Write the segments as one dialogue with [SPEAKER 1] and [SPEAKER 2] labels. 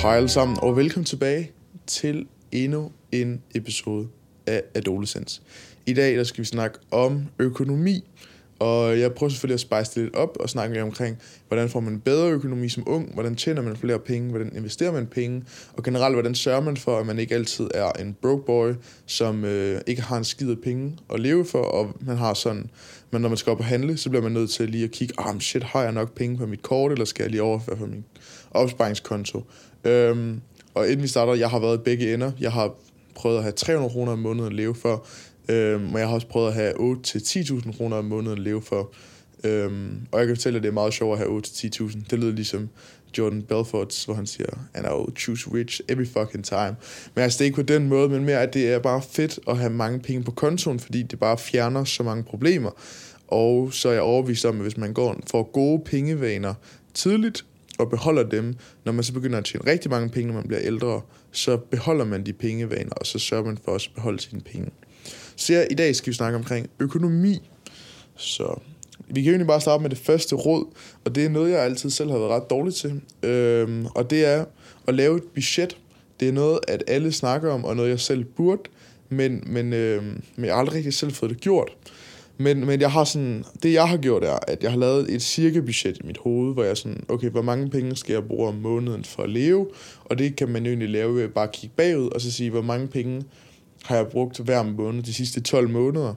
[SPEAKER 1] Hej alle sammen, og velkommen tilbage til endnu en episode af Adolescence. I dag der skal vi snakke om økonomi, og jeg prøver selvfølgelig at spice det lidt op og snakke lidt omkring, hvordan får man bedre økonomi som ung, hvordan tjener man flere penge, hvordan investerer man penge, og generelt, hvordan sørger man for, at man ikke altid er en broke boy, som ikke har en skid af penge at leve for, og man har sådan, men når man skal op og handle, så bliver man nødt til lige at kigge, shit, har jeg nok penge på mit kort, eller skal jeg lige overføre fra min opsparingskonto? Og inden vi starter, jeg har været i begge ender. Jeg har prøvet at have 300 kroner om måneden at leve for, og jeg har også prøvet at have 8-10.000 kroner om måneden at leve for. Og jeg kan fortælle, at det er meget sjovt at have 8-10.000. Det lyder ligesom Jordan Belfort, hvor han siger, and I will choose rich every fucking time. Men altså, det er ikke på den måde, men mere, at det er bare fedt at have mange penge på kontoen, fordi det bare fjerner så mange problemer. Og så er jeg overbevist om, at hvis man går for gode pengevaner tidligt, og beholder dem, når man så begynder at tjene rigtig mange penge, når man bliver ældre, så beholder man de pengevaner, og så sørger man for også at beholde sine penge. Så i dag skal vi snakke omkring økonomi. Så vi kan egentlig bare starte med det første råd, og det er noget, jeg altid selv har været ret dårlig til. Og det er at lave et budget. Det er noget, at alle snakker om, og noget, jeg selv burde, men jeg har aldrig rigtig selv fået det gjort. Men jeg har sådan, det jeg har gjort er, at jeg har lavet et cirkebudget i mit hoved, hvor jeg sådan, okay, hvor mange penge skal jeg bruge om måneden for at leve? Og det kan man jo egentlig lave ved at bare kigge bagud, og så sige, hvor mange penge har jeg brugt hver måned de sidste 12 måneder?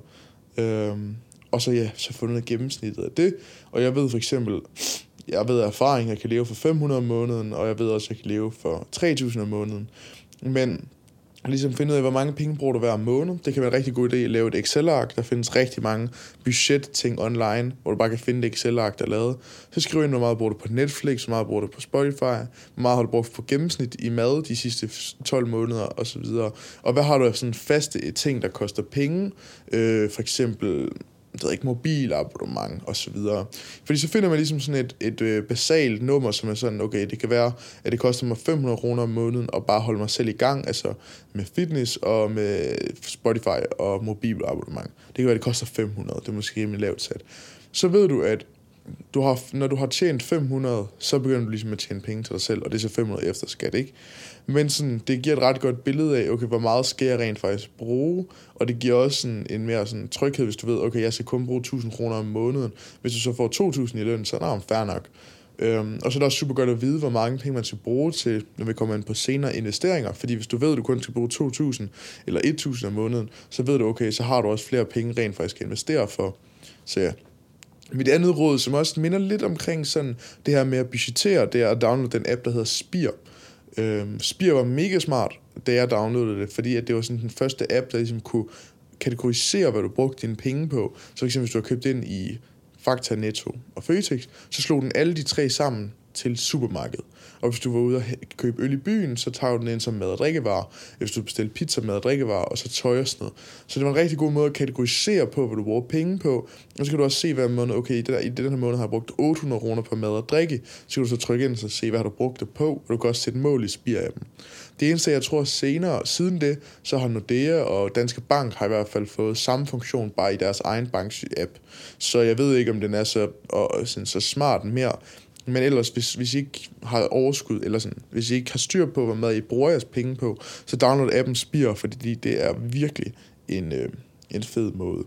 [SPEAKER 1] Og så fundet gennemsnittet af det. Og jeg ved for eksempel, jeg ved af erfaring, at jeg kan leve for 500 om måneden, og jeg ved også, at jeg kan leve for 3.000 om måneden. Men ligesom finde ud af, hvor mange penge bruger du hver måned. Det kan være en rigtig god idé at lave et Excel-ark. Der findes rigtig mange budget-ting online, hvor du bare kan finde det Excel-ark, der er lavet. Så skriv ind, hvor meget bruger du på Netflix, hvor meget bruger du på Spotify, hvor meget har du brugt på gennemsnit i mad de sidste 12 måneder, osv. Og hvad har du af sådan faste ting, der koster penge? For eksempel mobilabonnement og så videre. Fordi så finder man ligesom sådan et basalt nummer, som er sådan, okay, det kan være, at det koster mig 500 kroner om måneden at bare holde mig selv i gang, altså med fitness og med Spotify og mobilabonnement. Det kan være, at det koster 500, det er måske rimelig lavt sat. Så ved du, at når du har tjent 500, så begynder du ligesom at tjene penge til dig selv, og det er så 500 efter skat, ikke? Men sådan, det giver et ret godt billede af, okay, hvor meget skal jeg rent faktisk bruge, og det giver også sådan en mere sådan tryghed, hvis du ved, okay, jeg skal kun bruge 1.000 kroner om måneden. Hvis du så får 2.000 i løn, så er det fair nok. Og så er det også super godt at vide, hvor mange penge man skal bruge til, når vi kommer ind på senere investeringer. Fordi hvis du ved, at du kun skal bruge 2.000 eller 1.000 om måneden, så ved du, okay, så har du også flere penge rent faktisk at investere for. Så ja. Mit andet råd, som også minder lidt omkring sådan det her med at budgettere, det er at downloade den app, der hedder Spir. Spir var mega smart, da jeg downloadede det, fordi at det var sådan den første app, der ligesom kunne kategorisere, hvad du brugte dine penge på. Så for eksempel, hvis du har købt ind i Fakta, Netto og Føtex, så slog den alle de tre sammen til supermarkedet. Og hvis du var ude og købe øl i byen, så tager du den ind som mad- og drikkevarer. Hvis du bestilte pizza, mad- og drikkevarer, og så tøj og sådan noget. Så det var en rigtig god måde at kategorisere på, hvad du bruger penge på. Og så kan du også se hver måned, okay, i den her måned har jeg brugt 800 kroner på mad og drikke. Så kan du så trykke ind og se, hvad har du brugt det på. Og du kan også sætte mål i Spir-appen. Det eneste, jeg tror senere, siden det, så har Nordea og Danske Bank har i hvert fald fået samme funktion, bare i deres egen bank-app. Så jeg ved ikke, om den er så smart mere. Men ellers, hvis I ikke har overskud, eller sådan, hvis I ikke har styr på, hvad I bruger jeres penge på, så download appen Spir, fordi det er virkelig en fed måde.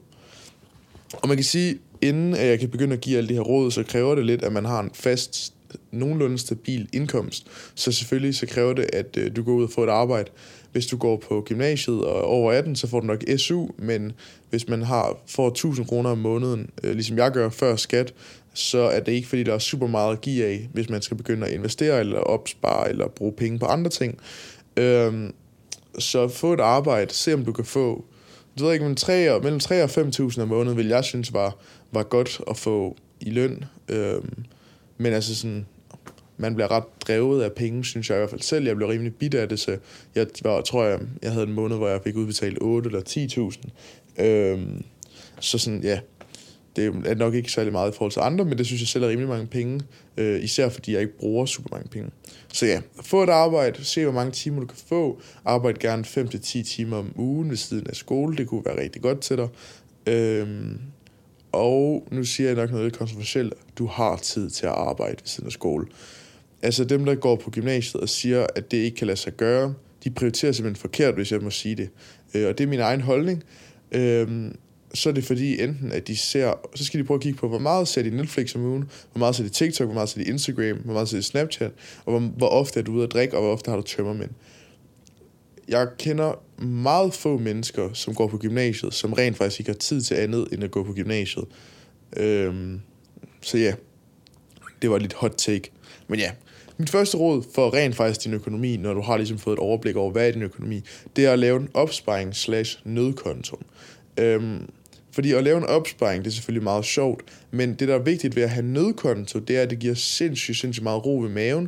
[SPEAKER 1] Og man kan sige, inden jeg kan begynde at give alle de her råd, så kræver det lidt, at man har en fast, nogenlunde stabil indkomst. Så selvfølgelig så kræver det, at du går ud og får et arbejde. Hvis du går på gymnasiet og over 18, så får du nok SU, men hvis man får 1.000 kroner om måneden, ligesom jeg gør før skat, så er det ikke, fordi der er super meget at give af, hvis man skal begynde at investere, eller opspare, eller bruge penge på andre ting. Så få et arbejde, se om du kan få, mellem 3 og 5.000 om måneden, vil jeg synes var godt at få i løn. Men altså sådan, man bliver ret drevet af penge, synes jeg i hvert fald selv. Jeg blev rimelig bidt af det, så jeg havde en måned, hvor jeg fik udbetalt 8 eller 10.000. Så sådan, ja, det er nok ikke særlig meget i forhold til andre, men det synes jeg selv er rimelig mange penge, især fordi jeg ikke bruger super mange penge. Så ja, få et arbejde, se hvor mange timer du kan få, arbejde gerne 5-10 timer om ugen ved siden af skole, det kunne være rigtig godt til dig. Og nu siger jeg nok noget lidt kontroversielt, du har tid til at arbejde ved siden af skole. Altså dem, der går på gymnasiet og siger, at det ikke kan lade sig gøre, de prioriterer simpelthen forkert, hvis jeg må sige det. Og det er min egen holdning. Så er det fordi enten, at de ser, så skal de prøve at kigge på, hvor meget ser de Netflix om ugen, hvor meget ser de TikTok, hvor meget ser de Instagram, hvor meget ser de Snapchat, og hvor ofte er du ude at drikke, og hvor ofte har du tømmermænd. Jeg kender meget få mennesker, som går på gymnasiet, som rent faktisk ikke har tid til andet, end at gå på gymnasiet. Så ja, det var lidt hot take. Men ja, mit første råd for rent faktisk din økonomi, når du har ligesom fået et overblik over, hvad er din økonomi, det er at lave en opsparing/nødkonto. Fordi at lave en opsparing, det er selvfølgelig meget sjovt, men det, der er vigtigt ved at have en nødkonto, det er, at det giver sindssygt meget ro ved maven,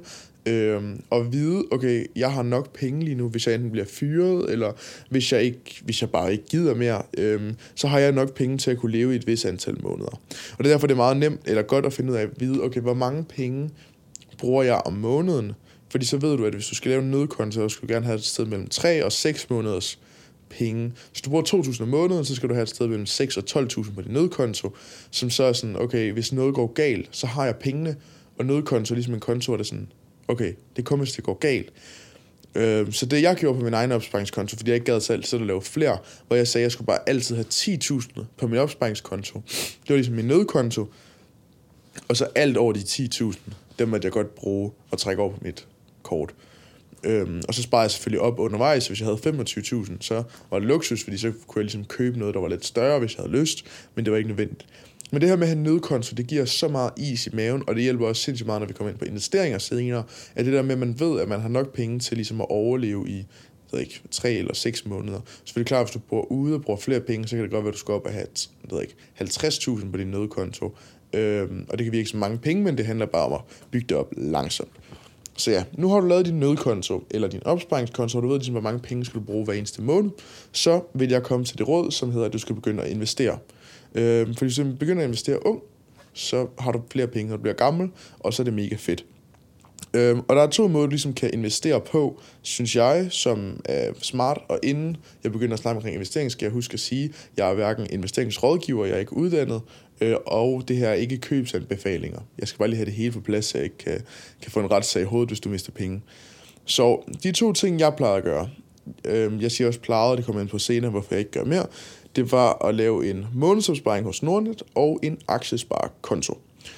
[SPEAKER 1] og vide, okay, jeg har nok penge lige nu, hvis jeg enten bliver fyret, eller hvis jeg bare ikke gider mere, så har jeg nok penge til at kunne leve i et vis antal måneder. Og det er derfor, det er meget nemt, eller godt at finde ud af at vide, okay, hvor mange penge bruger jeg om måneden, fordi så ved du, at hvis du skal lave en nødkonto, så skal du gerne have et sted mellem 3 og 6 måneders penge. Hvis du bruger 2.000 om måneden, så skal du have et sted mellem 6 og 12.000 på din nødkonto, som så er sådan, okay, hvis noget går galt, så har jeg pengene, og nødkonto er ligesom en konto, der er sådan, okay, det kommer, hvis det går galt. Så det jeg gjorde på min egen opsparingskonto, fordi jeg ikke gad selv at lave flere, hvor jeg sagde, at jeg skulle bare altid have 10.000 på min opsparingskonto. Det var ligesom min nødkonto, og så alt over de 10.000, dem måtte jeg godt bruge og trække over på mit kort. Og så sparede jeg selvfølgelig op undervejs. Hvis jeg havde 25.000, så var det luksus, fordi så kunne jeg ligesom købe noget, der var lidt større, hvis jeg havde lyst, men det var ikke nødvendigt. Men det her med at have en nødkonto, det giver så meget is i maven, og det hjælper også sindssygt meget, når vi kommer ind på investeringer senere, at det der med, at man ved, at man har nok penge til ligesom at overleve i 3 eller 6 måneder. Så er det klart, hvis du bor ude og bruger flere penge, så kan det godt være, at du skal op og have 50.000 på din nødkonto. Og det kan virke som mange penge, men det handler bare om at bygge det op langsomt. Så ja, nu har du lavet din nødkonto, eller din opsparingskonto, og du ved ligesom, hvor mange penge skal du bruge hver eneste måned, så vil jeg komme til det råd, som hedder, at du skal begynde at investere. Fordi hvis du begynder at investere ung, så har du flere penge, når du bliver gammel, og så er det mega fedt. Og der er 2 måder, du ligesom kan investere på, synes jeg, som er smart. Og inden jeg begynder at snakke omkring investering, skal jeg huske at sige, at jeg er hverken investeringsrådgiver, jeg er ikke uddannet, og det her er ikke købsanbefalinger. Jeg skal bare lige have det hele på plads, så jeg ikke kan få en retssag i hovedet, hvis du mister penge. Så de 2 ting, jeg plejer at gøre, jeg siger også plejede, det kommer ind på senere, hvorfor jeg ikke gør mere, det var at lave en månedsopsparing hos Nordnet og en aktiesparekonto.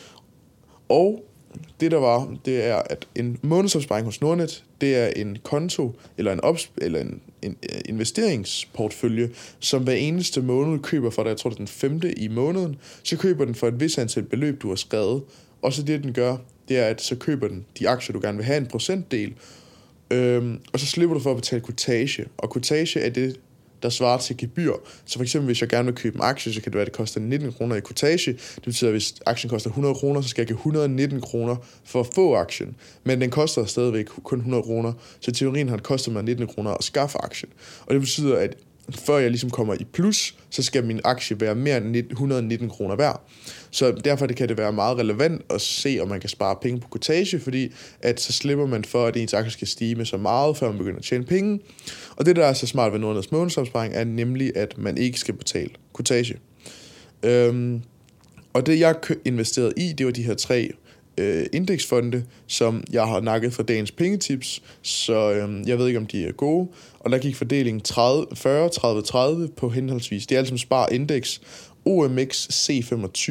[SPEAKER 1] Og det er, at en månedsopsparing hos Nordnet, det er en konto eller en investeringsportfølje, som hver eneste måned køber for dig, jeg tror det er den 5. i måneden, så køber den for et vis antal beløb, du har skrevet. Og så det, den gør, det er, at så køber den de aktier, du gerne vil have, en procentdel, og så slipper du for at betale kurtage. Og kurtage er det, der svarer til gebyr. Så for eksempel, hvis jeg gerne vil købe en aktie, så kan det være, at det koster 19 kroner i kurtage. Det betyder, at hvis aktien koster 100 kroner, så skal jeg give 119 kroner for at få aktien. Men den koster stadigvæk kun 100 kroner, så i teorien har det kostet mig 19 kroner at skaffe aktien. Og det betyder, at før jeg ligesom kommer i plus, så skal min aktie være mere end 119 kroner værd. Så derfor kan det være meget relevant at se, om man kan spare penge på kurtage, fordi at så slipper man for, at ens aktie skal stige med så meget, før man begynder at tjene penge. Og det, der er så smart ved Nordnets månedsopsparing, er nemlig, at man ikke skal betale kurtage. Og det, jeg investerede i, det var de her 3 indeksfonde, som jeg har nakket fra dagens pengetips, så jeg ved ikke, om de er gode. Og der gik fordelingen 40-30-30 på henholdsvis. Det er altså Spar Index, OMX C25,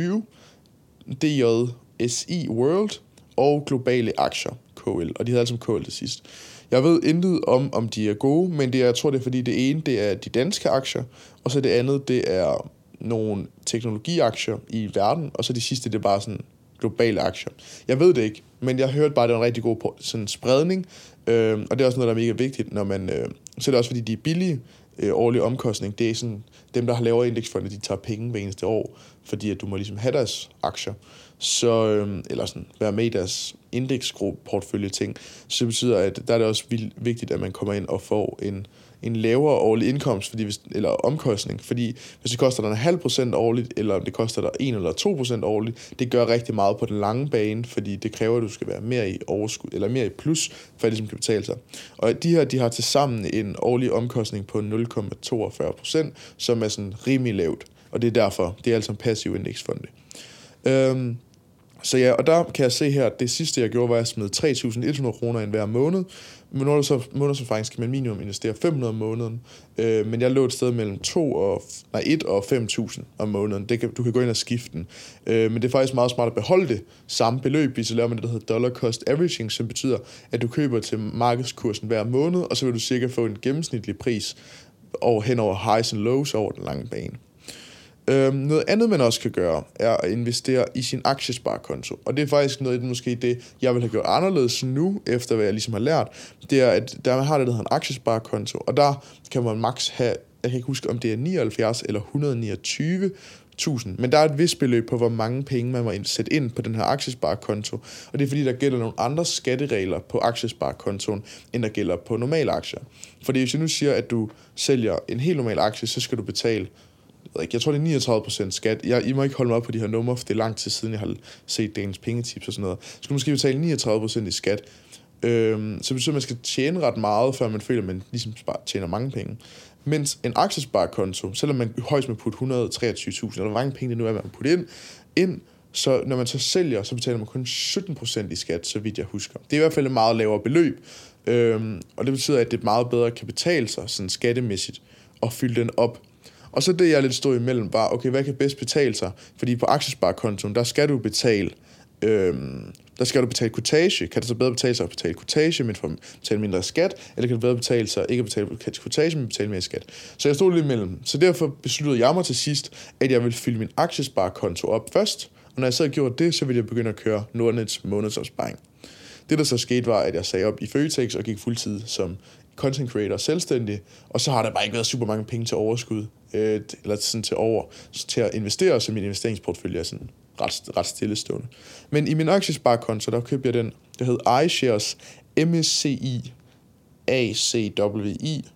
[SPEAKER 1] DJSI World og Globale Aktier, KL. Og de havde altså KL til sidst. Jeg ved intet om de er gode, men jeg tror, det er fordi det ene, det er de danske aktier, og så det andet, det er nogle teknologiaktier i verden, og så de sidste, det er bare sådan globale aktier. Jeg ved det ikke, men jeg hørte bare, at det var en rigtig god sådan spredning, og det er også noget, der er mega vigtigt, når man, så er det også fordi, de er billige, årlig omkostning, det er sådan, dem, der har lavere indeksfonde, de tager penge hver eneste år, fordi at du må ligesom have deres aktier, så, eller sådan, være med i deres indeksportfølje ting, så det betyder, at der er det også vigtigt, at man kommer ind og får en lavere årlig indkomst, eller omkostning, fordi hvis det koster dig 0,5% årligt, eller om det koster dig 1 eller 2% årligt, det gør rigtig meget på den lange bane, fordi det kræver, at du skal være mere i overskud, eller mere i plus, for at det ligesom kan betale sig. Og de har tilsammen en årlig omkostning på 0,42%, som er sådan rimelig lavt, og det er derfor, det er altså en passiv indeksfonde. Så ja, og der kan jeg se her, at det sidste jeg gjorde, var at smide 3.100 kroner ind hver måned. Men månedserfaring skal man minimum investere 500 om måneden. Men jeg lå et sted mellem 1 og 5.000 om måneden. Du kan gå ind og skifte den. Men det er faktisk meget smart at beholde det samme beløb, hvis så laver man det, der hedder dollar cost averaging, som betyder, at du køber til markedskursen hver måned, og så vil du cirka få en gennemsnitlig pris hen over highs and lows over den lange bane. Noget andet, man også kan gøre, er at investere i sin aktiesparekonto. Og det er faktisk måske det, jeg vil have gjort anderledes nu, efter hvad jeg ligesom har lært. Det er, at der har det, der hedder en aktiesparekonto, og der kan man maks have, jeg kan ikke huske, om det er 79 eller 129.000, men der er et vist beløb på, hvor mange penge man må sætte ind på den her aktiesparekonto. Og det er fordi, der gælder nogle andre skatteregler på aktiesparekontoen, end der gælder på normale aktier. Fordi hvis jeg nu siger, at du sælger en helt normal aktie, så skal du betale, jeg tror, det er 39% skat. I må ikke holde mig op på de her numre, for det er lang tid siden, jeg har set dagens pengetips og sådan noget. Så skal du måske betale 39% i skat. Så betyder, at man skal tjene ret meget, før man føler, at man ligesom tjener mange penge. Mens en aktiesparekonto, selvom man højst må putte 123.000, eller hvor mange penge det nu er, man putte ind, så når man så sælger, så betaler man kun 17% i skat, så vidt jeg husker. Det er i hvert fald et meget lavere beløb, og det betyder, at det meget bedre kan betale sig sådan skattemæssigt at fylde den op. Og så det, jeg lidt stod imellem, var, okay, hvad kan bedst betale sig? Fordi på aktiesparekontoen, der skal du betale kurtage. Kan det så bedre betale sig at betale kurtage, men for betale mindre skat? Eller kan det bedre betale sig ikke at betale kurtage, men betale mere skat? Så jeg stod lidt imellem. Så derfor besluttede jeg mig til sidst, at jeg ville fylde min aktiesparekonto op først. Og når jeg så havde gjort det, så ville jeg begynde at køre Nordnets månedsopsparing. Det, der så skete, var, at jeg sagde op i Føtex og gik fuldtid som content creator selvstændig, og så har der bare ikke været super mange penge til overskud, eller sådan til at investere, så min investeringsportfølje er sådan ret stillestående. Men i min aktiesparekonto, der købte jeg den, der hedder iShares MSCI ACWI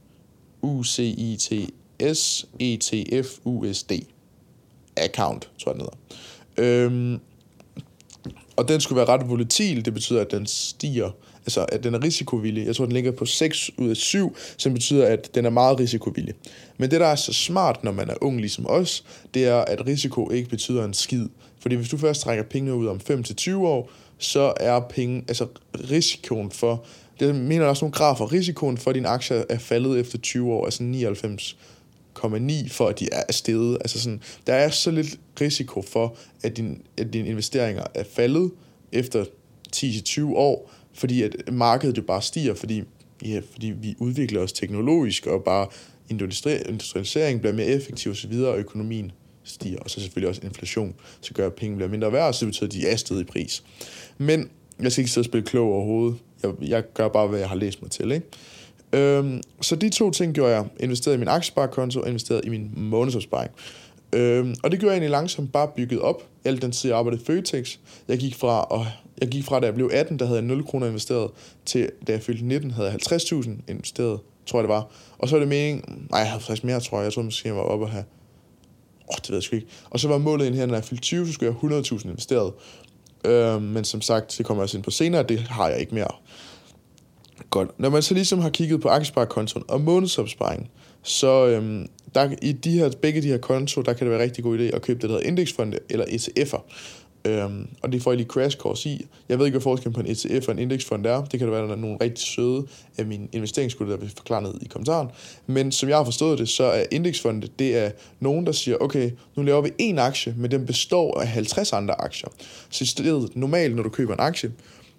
[SPEAKER 1] UCITS ETF USD account, tror jeg den hedder. Og den skulle være ret volatil, det betyder, at den stiger, altså at den er risikovillig. Jeg tror, den ligger på 6 ud af 7, som betyder, at den er meget risikovillig. Men det, der er så smart, når man er ung ligesom os, det er, at risiko ikke betyder en skid. Fordi hvis du først trækker pengene ud om 5-20 år, så er risikoen for, det mener også nogle grafer, risikoen for, at dine aktier er faldet efter 20 år, altså 99,9 for, at de er steget. Altså sådan, der er så lidt risiko for, at dine investeringer er faldet efter 10-20 år, fordi at markedet jo bare stiger, fordi vi udvikler os teknologisk, og bare industrialisering bliver mere effektiv osv., og økonomien stiger, og så selvfølgelig også inflation, så gør at penge bliver mindre værd, så det betyder, at de er steget i pris. Men jeg skal ikke sidde og spille klog overhovedet. Jeg gør bare, hvad jeg har læst mig til, ikke? Så de to ting gjorde jeg. Investerede i min aktiesparekonto og investerede i min månedsopsparing. Og det gjorde jeg egentlig langsomt bare bygget op. Alt den tid jeg arbejdede i Føtex. Jeg gik fra, da jeg blev 18, der havde jeg 0 kroner investeret, til da jeg fyldte 19, havde jeg 50.000 investeret, tror jeg det var. Og så var det meningen, jeg havde faktisk mere, tror jeg. Jeg tror måske, jeg var oppe at have, det ved jeg sgu ikke. Og så var målet ind her, når jeg fyldte 20, så skulle jeg have 100.000 investeret. Men som sagt, det kommer jeg også ind på senere, det har jeg ikke mere. Godt. Når man så ligesom har kigget på aktiesparekontoen og månedsopsparing, så der, i begge de her konto, der kan det være rigtig god idé at købe det, der hedder indeksfonde eller ETF'er. Og det får jeg lige crash course i. Jeg ved ikke, hvad forskellen på en ETF og en indeksfond er. Det kan da være, at der er nogle rigtig søde af mine investeringsgutter, der vil forklare ned i kommentaren. Men som jeg har forstået det, så er indeksfonde, det er nogen, der siger, okay, nu laver vi en aktie, men den består af 50 andre aktier. Så i stedet, normalt, når du køber en aktie,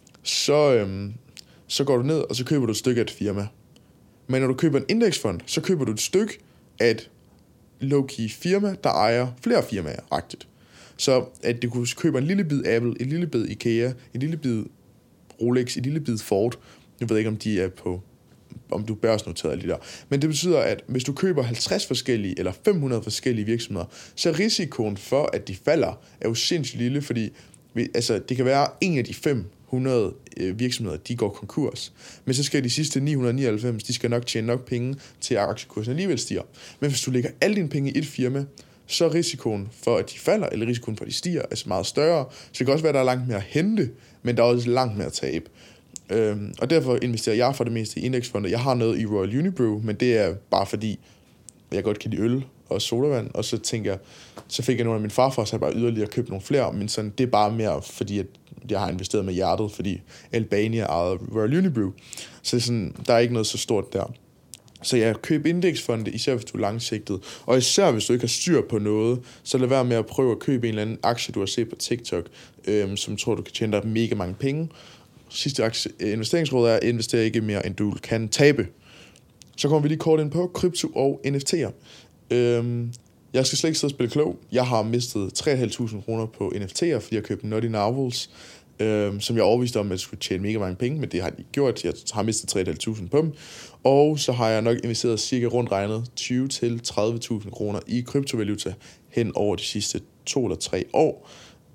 [SPEAKER 1] så går du ned, og så køber du et stykke af et firma. Men når du køber en indeksfond, så køber du et stykke af et low-key firma, der ejer flere firmaer, rigtigt. Så at du kunne købe en lille bid Apple, en lille bid IKEA, en lille bid Rolex, en lille bid Ford. Jeg ved ikke, om du er børsnoteret eller de der. Men det betyder, at hvis du køber 50 forskellige eller 500 forskellige virksomheder, så risikoen for, at de falder, er jo sindssygt lille, fordi det kan være en af de 500 virksomheder, de går konkurs. Men så skal de sidste 999, de skal nok tjene nok penge til, at aktiekursen alligevel stiger. Men hvis du lægger alle dine penge i et firma, så er risikoen for, at de falder, eller risikoen for, at de stiger, altså meget større. Så det kan også være, at der er langt mere at hente, men der er også langt mere at tabe. Og derfor investerer jeg for det meste i indeksfonder. Jeg har noget i Royal Unibrew, men det er bare fordi, jeg godt kan lide øl, og sodavand, og så tænkte jeg, så fik jeg nogle af min farfar, så jeg bare yderligere købt nogle flere, men sådan, det er bare mere, fordi at jeg har investeret med hjertet, fordi Albania ejede Royal Unibrew, så sådan, der er ikke noget så stort der. Så ja, køb indeksfonde, især hvis du er langsigtet, og især hvis du ikke har styr på noget, så lad være med at prøve at købe en eller anden aktie, du har set på TikTok, som tror, du kan tjene dig mega mange penge. Sidste investeringsråd er at investere ikke mere, end du kan tabe. Så kommer vi lige kort ind på krypto og NFT'er. Jeg skal slet ikke sidde og spille klog. Jeg har mistet 3.500 kroner på NFT'er, fordi jeg købte Nutty Novels, som jeg overviste om, at jeg skulle tjene mega mange penge, men det har de ikke gjort. Jeg har mistet 3.500 på dem. Og så har jeg nok investeret cirka rundt regnet 20.000-30.000 kroner i kryptovaluta hen over de sidste 2 eller 3 år.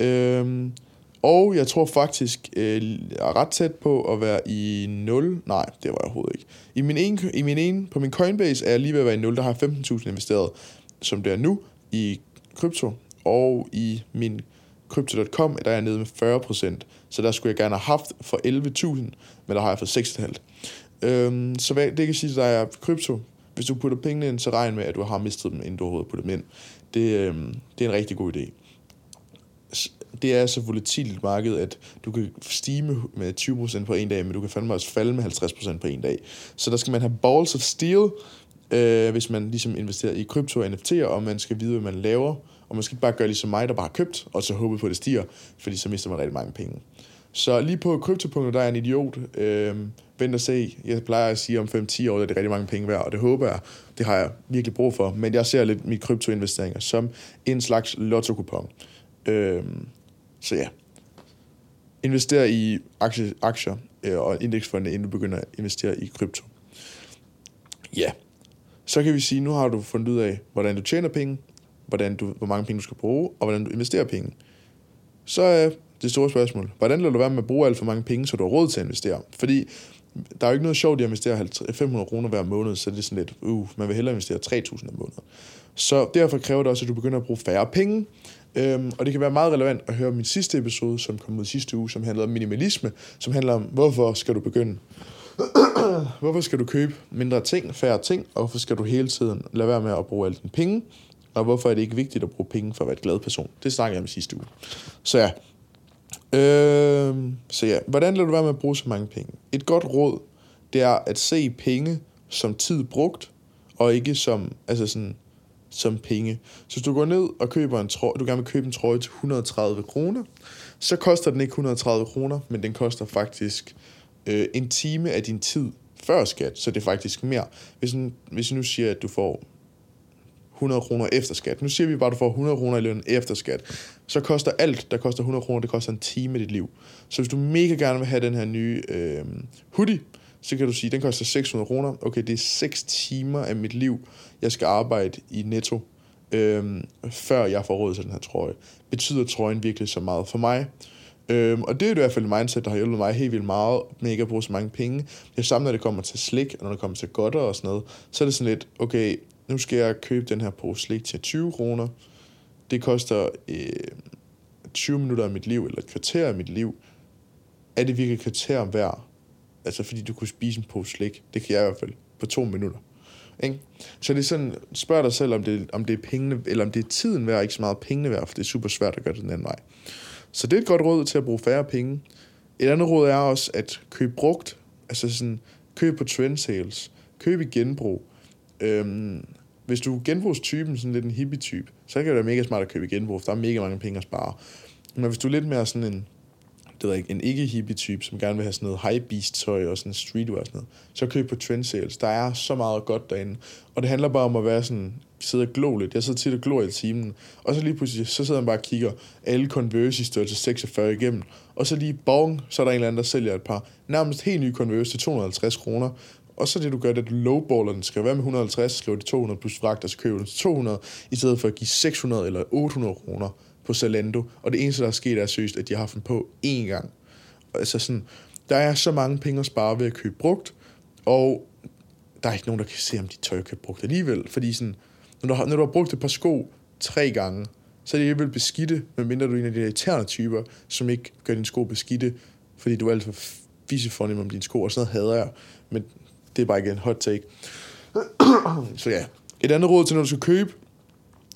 [SPEAKER 1] Og jeg tror faktisk, jeg er ret tæt på at være i 0. Nej, det var jeg overhovedet ikke. På min Coinbase er jeg lige ved at være i 0. Der har jeg 15.000 investeret, som det er nu, i krypto. Og i min Crypto.com, der er jeg nede med 40%. Så der skulle jeg gerne have haft for 11.000, men der har jeg fået 6,5. Så det kan sige, at der er krypto. Hvis du putter pengene ind, så regn med, at du har mistet dem, inden du overhovedet putter dem ind. Det er en rigtig god idé. Det er så volatilt marked, at du kan stige med 20% på en dag, men du kan fandme også falde med 50% på en dag. Så der skal man have balls of steel, hvis man ligesom investerer i krypto og NFT'er, og man skal vide, hvad man laver. Og man skal ikke bare gøre ligesom mig, der bare har købt, og så håbe på, at det stiger, fordi så mister man rigtig mange penge. Så lige på kryptopunktet, der er en idiot. Vent og se. Jeg plejer at sige, om 5-10 år, at det er rigtig mange penge værd, og det håber jeg. Det har jeg virkelig brug for. Men jeg ser lidt mine kryptoinvesteringer som en slags lotto-kupon. Så ja. Invester i aktier og indeksfonde, inden du begynder at investere i krypto. Ja. Så kan vi sige, nu har du fundet ud af, hvordan du tjener penge, hvor mange penge du skal bruge, og hvordan du investerer penge. Så er det store spørgsmål. Hvordan lader du være med at bruge alt for mange penge, så du har råd til at investere? Fordi der er jo ikke noget sjovt i at investere 500 kroner hver måned, så det er sådan lidt, man vil hellere investere 3.000 om måneden. Så derfor kræver det også, at du begynder at bruge færre penge. Og det kan være meget relevant at høre min sidste episode, som kom ud sidste uge, som handlede om minimalisme, som handler om, hvorfor skal du begynde? Hvorfor skal du købe mindre ting, færre ting, og hvorfor skal du hele tiden lade være med at bruge alle dine penge? Og hvorfor er det ikke vigtigt at bruge penge for at være et glad person? Det snakkede jeg om sidste uge. Så ja, hvordan lader du være med at bruge så mange penge? Et godt råd, det er at se penge som tid brugt, og ikke som penge. Så hvis du går ned og køber du gerne vil købe en trøje til 130 kroner, så koster den ikke 130 kroner, men den koster faktisk en time af din tid før skat, så det er faktisk mere. Hvis jeg nu siger, at du får 100 kroner efter skat. Nu siger vi bare, at du får 100 kroner i løn efter skat. Så koster alt, der koster 100 kroner, det koster en time af dit liv. Så hvis du mega gerne vil have den her nye hoodie, så kan du sige, at den koster 600 kroner. Okay, det er 6 timer af mit liv, jeg skal arbejde i Netto, før jeg får råd til den her trøje. Betyder trøjen virkelig så meget for mig? Og det er i hvert fald et mindset, der har hjulpet mig helt vildt meget med ikke at bruge så mange penge. Det samme, når det kommer til slik, og når det kommer til godter og sådan noget, så er det sådan lidt, okay, nu skal jeg købe den her pose slik til 20 kroner. Det koster 20 minutter af mit liv, eller et kvarter af mit liv. Er det virkelig et kvarter værd? Altså fordi du kunne spise en pose slik. Det kan jeg i hvert fald på 2 minutter. Ikke? Så det er sådan, spørg dig selv, om det er pengene, eller om det er tiden værd, ikke så meget pengene værd, for det er super svært at gøre det den anden vej. Så det er et godt råd til at bruge færre penge. Et andet råd er også at købe brugt. Altså sådan, køb på trend sales. Køb i genbrug. Hvis du er genbrugstypen, sådan lidt en hippie-type, så kan det være mega smart at købe i genbrug, for der er mega mange penge at spare. Men hvis du er lidt mere sådan en ikke-hippie-type, som gerne vil have sådan noget high-beast-tøj og sådan streetwear og sådan noget, så køb på trend sales. Der er så meget godt derinde. Og det handler bare om at være sådan, sidde og glo lidt. Jeg sidder tit og glor i timen, og så lige pludselig, så sidder man bare og kigger alle Converse i størrelse 46 igennem, og så lige bong, så er der en eller anden, der sælger et par nærmest helt nye Converse til 250 kroner. Og så det du gør, det er, at du lowballer den. Skal være med 150, skriver de 200 plus fragt, og så køber du den til 200, i stedet for at give 600 eller 800 kroner på Zalando. Og det eneste, der er sket, er seriøst, at de har haft den på én gang. Altså sådan, der er så mange penge at spare ved at købe brugt, og der er ikke nogen, der kan se, om de tøj købe brugt alligevel. Fordi sådan, når du har brugt et par sko 3 gange, så er det alligevel beskidte, medmindre du er en af de irriterende typer, som ikke gør dine sko beskidte, fordi du er alt for fisefornem om dine sko, og sådan noget hader jeg. Men det er bare ikke en hot take. Så ja, et andet råd til, når du skal købe,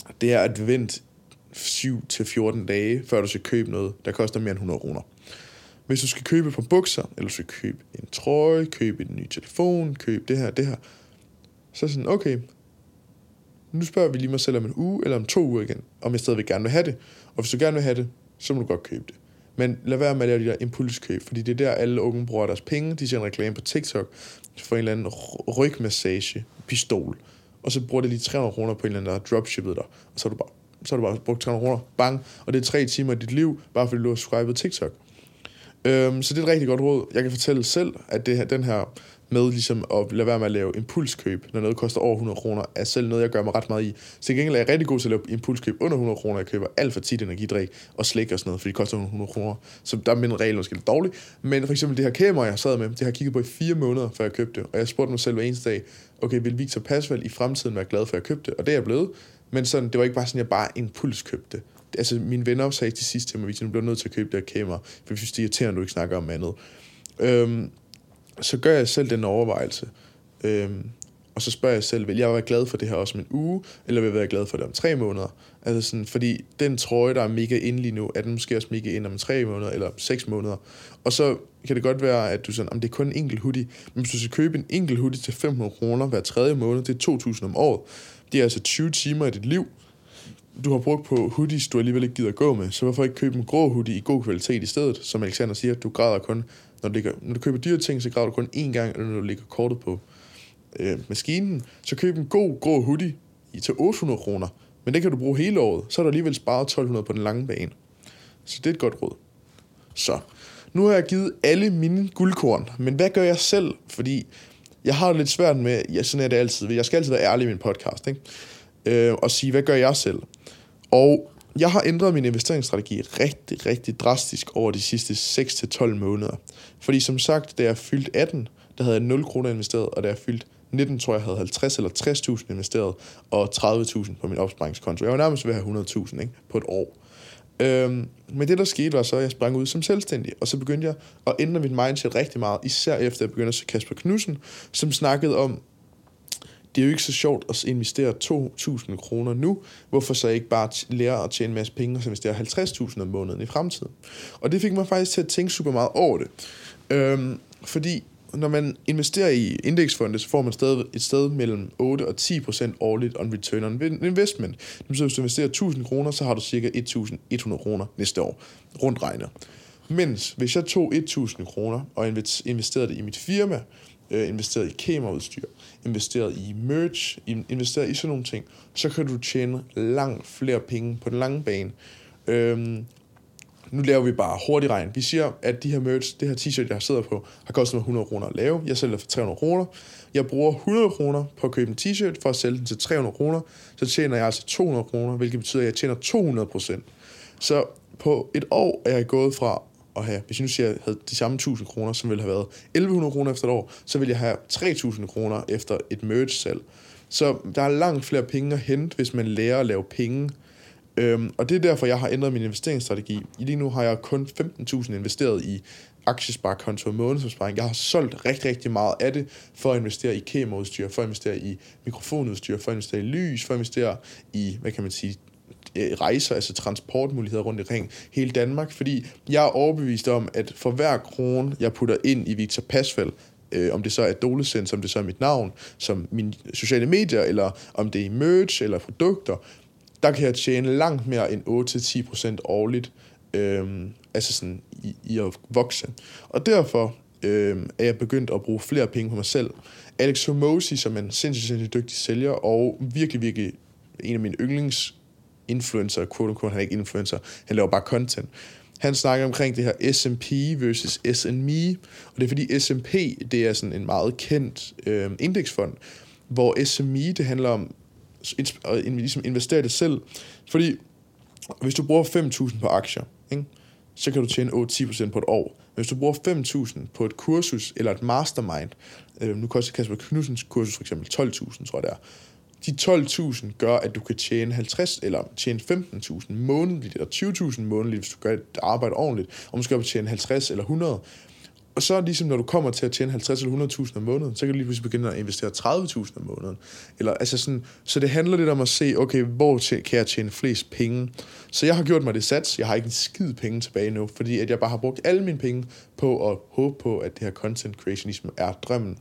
[SPEAKER 1] det er at vente 7-14 dage, før du skal købe noget, der koster mere end 100 kroner. Hvis du skal købe på bukser, eller du skal købe en trøje, købe en ny telefon, købe det her, så er sådan, okay, nu spørger vi lige mig selv om en uge, eller om 2 uger igen, om jeg stadigvæk gerne vil have det. Og hvis du gerne vil have det, så må du godt købe det. Men lad være med at lave de der impulskøb, fordi det er der, alle unge bruger deres penge. De ser en reklame på TikTok for en eller anden rygmassage, pistol, og så bruger det lige 300 kroner på en eller anden, der har dropshippet dig, og så har du bare brugt 300 kroner, bang, og det er 3 timer i dit liv, bare fordi du har subscribet TikTok. Så det er et rigtig godt råd. Jeg kan fortælle selv, at den her med ligesom at lade være med at lave impulskøb, når noget koster over 100 kroner, er selv noget, jeg gør mig ret meget i. Så til gengæld er jeg rigtig god til at lave impulskøb under 100 kroner. Jeg køber alt for tit energidrik og slik og sådan noget, fordi det koster 100 kroner. Så der er min regel måske lidt dårlig. Men for eksempel det her kamera, jeg sad med, det har jeg kigget på i 4 måneder, før jeg købte det. Og jeg spurgte mig selv hver eneste dag, okay, vil Victor Pasval i fremtiden være glad for, at jeg købte det? Og det er jeg blevet. Men sådan, det var ikke bare sådan, jeg bare impulskøbte det. Altså, mine venner sagde til sidst til mig, Victor, du bliver nødt til at købe det her kamera, for vi synes, det er irriterende, at du ikke snakker om andet. Så gør jeg selv den overvejelse. Og så spørger jeg selv, vil jeg være glad for det her også om en uge, eller vil jeg være glad for det om 3 måneder? Altså sådan, fordi den trøje, der er mega inde lige nu, er den måske også mega inde om 3 måneder, eller 6 måneder. Og så kan det godt være, at du sådan, om det er kun en enkelt hoodie, men hvis du skal købe en enkelt hoodie til 500 kroner hver 3. måned, det er 2.000 om året. Det er altså 20 timer i dit liv, du har brugt på hoodies, du alligevel ikke gider gå med, så hvorfor ikke købe en grå hoodie i god kvalitet i stedet? Som Alexander siger, du græder kun, når du køber dyre ting, så græder du kun én gang, eller når du lægger kortet på maskinen. Så køb en god grå hoodie til 800 kroner, men det kan du bruge hele året, så har du alligevel sparet 1.200 på den lange bane. Så det er et godt råd. Så, nu har jeg givet alle mine guldkorn, men hvad gør jeg selv? Fordi jeg har det lidt svært med, sådan er det altid, jeg skal altid være ærlig i min podcast, ikke? Og sige, hvad gør jeg selv? Og jeg har ændret min investeringsstrategi rigtig, rigtig drastisk over de sidste 6-12 måneder. Fordi som sagt, da jeg fyldte 18, der havde jeg 0 kroner investeret, og da jeg fyldte 19, tror jeg havde 50 eller 60.000 investeret, og 30.000 på min opsparingskonto. Jeg var nærmest ved at have 100.000 på et år. Men det der skete var så, at jeg sprang ud som selvstændig, og så begyndte jeg at ændre mit mindset rigtig meget, især efter jeg begyndte at se Kasper Knudsen, som snakkede om, det er jo ikke så sjovt at investere 2.000 kroner nu, hvorfor så ikke bare lære at tjene en masse penge, og så investere 50.000 om måneden i fremtiden. Og det fik mig faktisk til at tænke super meget over det. Fordi når man investerer i indeksfonde, så får man et sted mellem 8 og 10% årligt on return on investment. Det betyder, hvis du investerer 1.000 kroner, så har du cirka 1.100 kroner næste år, rundt regnet. Mens hvis jeg tog 1.000 kroner og investerede det i mit firma, investeret i kameraudstyr, investeret i merch, investeret i sådan nogle ting, så kan du tjene langt flere penge på den lange bane. Nu laver vi bare hurtigt regn. Vi siger, at de her merch, det her t-shirt, jeg sidder på, har kostet mig 100 kroner at lave. Jeg sælger for 300 kroner. Jeg bruger 100 kroner på at købe en t-shirt for at sælge den til 300 kroner. Så tjener jeg altså 200 kroner, hvilket betyder, at jeg tjener 200%. Så på et år er jeg gået fra at have, hvis jeg nu siger, at jeg havde de samme 1.000 kroner, som ville have været 1.100 kroner efter et år, så vil jeg have 3.000 kroner efter et merch-salg. Så der er langt flere penge at hente, hvis man lærer at lave penge. Og det er derfor, jeg har ændret min investeringsstrategi. Lige nu har jeg kun 15.000 investeret i aktiesparekonto og månedsopsparing. Jeg har solgt rigtig, rigtig meget af det for at investere i kameraudstyr, for at investere i mikrofonudstyr, for at investere i lys, for at investere i, hvad kan man sige, rejser, altså transportmuligheder rundt omkring hele Danmark, fordi jeg er overbevist om, at for hver krone, jeg putter ind i Victor Pasval, om det så er Adolescence, om det så er mit navn, som mine sociale medier, eller om det er i merch eller produkter, der kan jeg tjene langt mere end 8-10% årligt, altså sådan i at vokse. Og derfor er jeg begyndt at bruge flere penge på mig selv. Alex Hormozi, som er en sindssygt dygtig sælger, og virkelig, virkelig en af mine yndlingsinfluencer, quote-unquote, han er ikke influencer, han laver bare content. Han snakker omkring det her S&P versus S&Me, og det er fordi S&P, det er sådan en meget kendt indeksfond, hvor S&Me, det handler om at ligesom investere det selv. Fordi hvis du bruger 5.000 på aktier, ikke, så kan du tjene 8-10% på et år. Men hvis du bruger 5.000 på et kursus eller et mastermind, nu koster Kasper Knudsens kursus for eksempel 12.000, tror jeg det er. De 12.000 gør, at du kan tjene 50 eller tjene 15.000 månedligt, eller 20.000 månedligt, hvis du gør et arbejde ordentligt, og måske kan du tjene 50 eller 100. Og så ligesom når du kommer til at tjene 50 eller 100.000 om måneden, så kan du lige pludselig begynde at investere 30.000 om måneden. Eller, altså sådan, så det handler lidt om at se, okay, hvor kan jeg tjene flest penge? Så jeg har gjort mig det sats. Jeg har ikke en skid penge tilbage nu, fordi at jeg bare har brugt alle mine penge på at håbe på, at det her content creation ligesom er drømmen.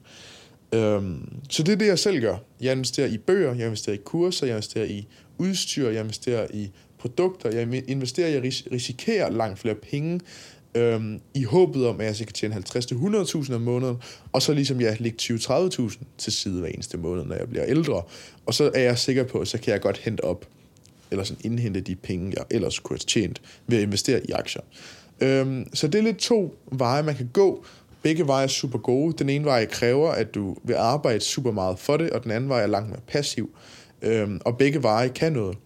[SPEAKER 1] Så det er det, jeg selv gør. Jeg investerer i bøger, jeg investerer i kurser, jeg investerer i udstyr, jeg investerer i produkter, jeg investerer i at risikere langt flere penge, i håbet om, at jeg så kan tjene 50-100.000 om måneden, og så ligesom jeg lægge 20-30.000 til side hver eneste måned, når jeg bliver ældre. Og så er jeg sikker på, at så kan jeg godt hente op, eller sådan indhente de penge, jeg ellers kunne have tjent ved at investere i aktier. Så det er lidt 2 veje, man kan gå. Begge veje er super gode. Den ene vej kræver, at du vil arbejde super meget for det, og den anden vej er langt mere passiv. Og begge veje kan noget.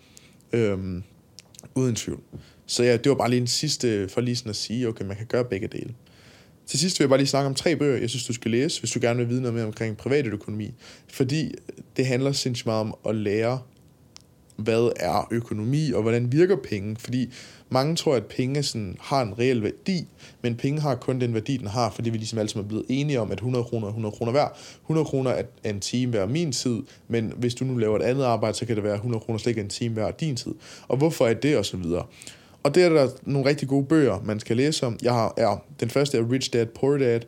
[SPEAKER 1] Uden tvivl. Så ja, det var bare lige en sidste, for lige sådan at sige, okay, man kan gøre begge dele. Til sidst vil jeg bare lige snakke om 3 bøger, jeg synes, du skal læse, hvis du gerne vil vide noget mere omkring privatøkonomi. Fordi det handler sindssygt meget om at lære, hvad er økonomi, og hvordan virker penge. Fordi mange tror, at penge sådan har en reel værdi, men penge har kun den værdi, den har, fordi vi ligesom alle sammen er blevet enige om, at 100 kroner er 100 kroner værd. 100 kroner er en time værd min tid, men hvis du nu laver et andet arbejde, så kan det være 100 kroner slet ikke en time værd din tid. Og hvorfor er det, og så videre. Og det er der nogle rigtig gode bøger, man skal læse om. Den første er Rich Dad, Poor Dad,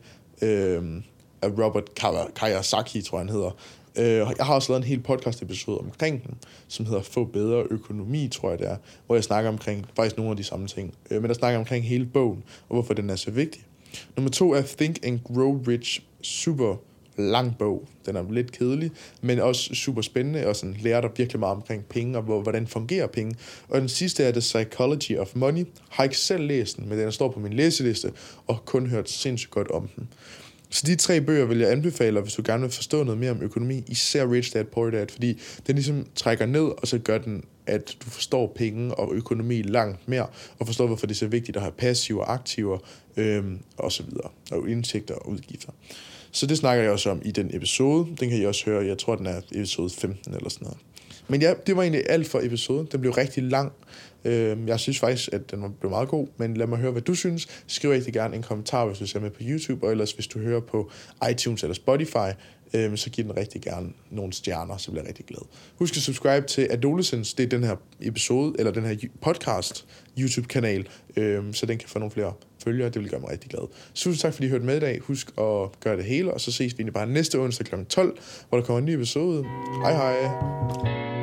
[SPEAKER 1] af Robert Kiyosaki, tror jeg, han hedder. Jeg har også lavet en hel podcast episode omkring den, som hedder Få bedre økonomi, tror jeg det er, hvor jeg snakker omkring faktisk nogle af de samme ting. Men der snakker omkring hele bogen, og hvorfor den er så vigtig. Nummer 2 er Think and Grow Rich, super lang bog. Den er lidt kedelig, men også super spændende, og sådan lærer dig virkelig meget omkring penge, og hvordan fungerer penge. Og den sidste er The Psychology of Money. Har ikke selv læst den, men den står på min læseliste, og kun hørt sindssygt godt om den. Så de 3 bøger vil jeg anbefale, hvis du gerne vil forstå noget mere om økonomi, især Rich Dad, Poor Dad, fordi den ligesom trækker ned, og så gør den, at du forstår penge og økonomi langt mere, og forstår, hvorfor det er så vigtigt at have passive og aktiver, og så videre, og indtægter og udgifter. Så det snakker jeg også om i den episode. Den kan I også høre, jeg tror, den er episode 15 eller sådan noget. Men ja, det var egentlig alt for episoden. Den blev rigtig lang. Jeg synes faktisk, at den blev meget god, men lad mig høre, hvad du synes. Skriv rigtig gerne en kommentar, hvis du ser med på YouTube, og ellers hvis du hører på iTunes eller Spotify, så giv den rigtig gerne nogle stjerner, så bliver jeg rigtig glad. Husk at subscribe til Adolescence, det er den her episode, eller den her podcast YouTube-kanal, så den kan få nogle flere følgere, det vil gøre mig rigtig glad. Tusind tak, fordi I hørte med i dag. Husk at gøre det hele, og så ses vi bare næste onsdag kl. 12, hvor der kommer en ny episode. Hej hej!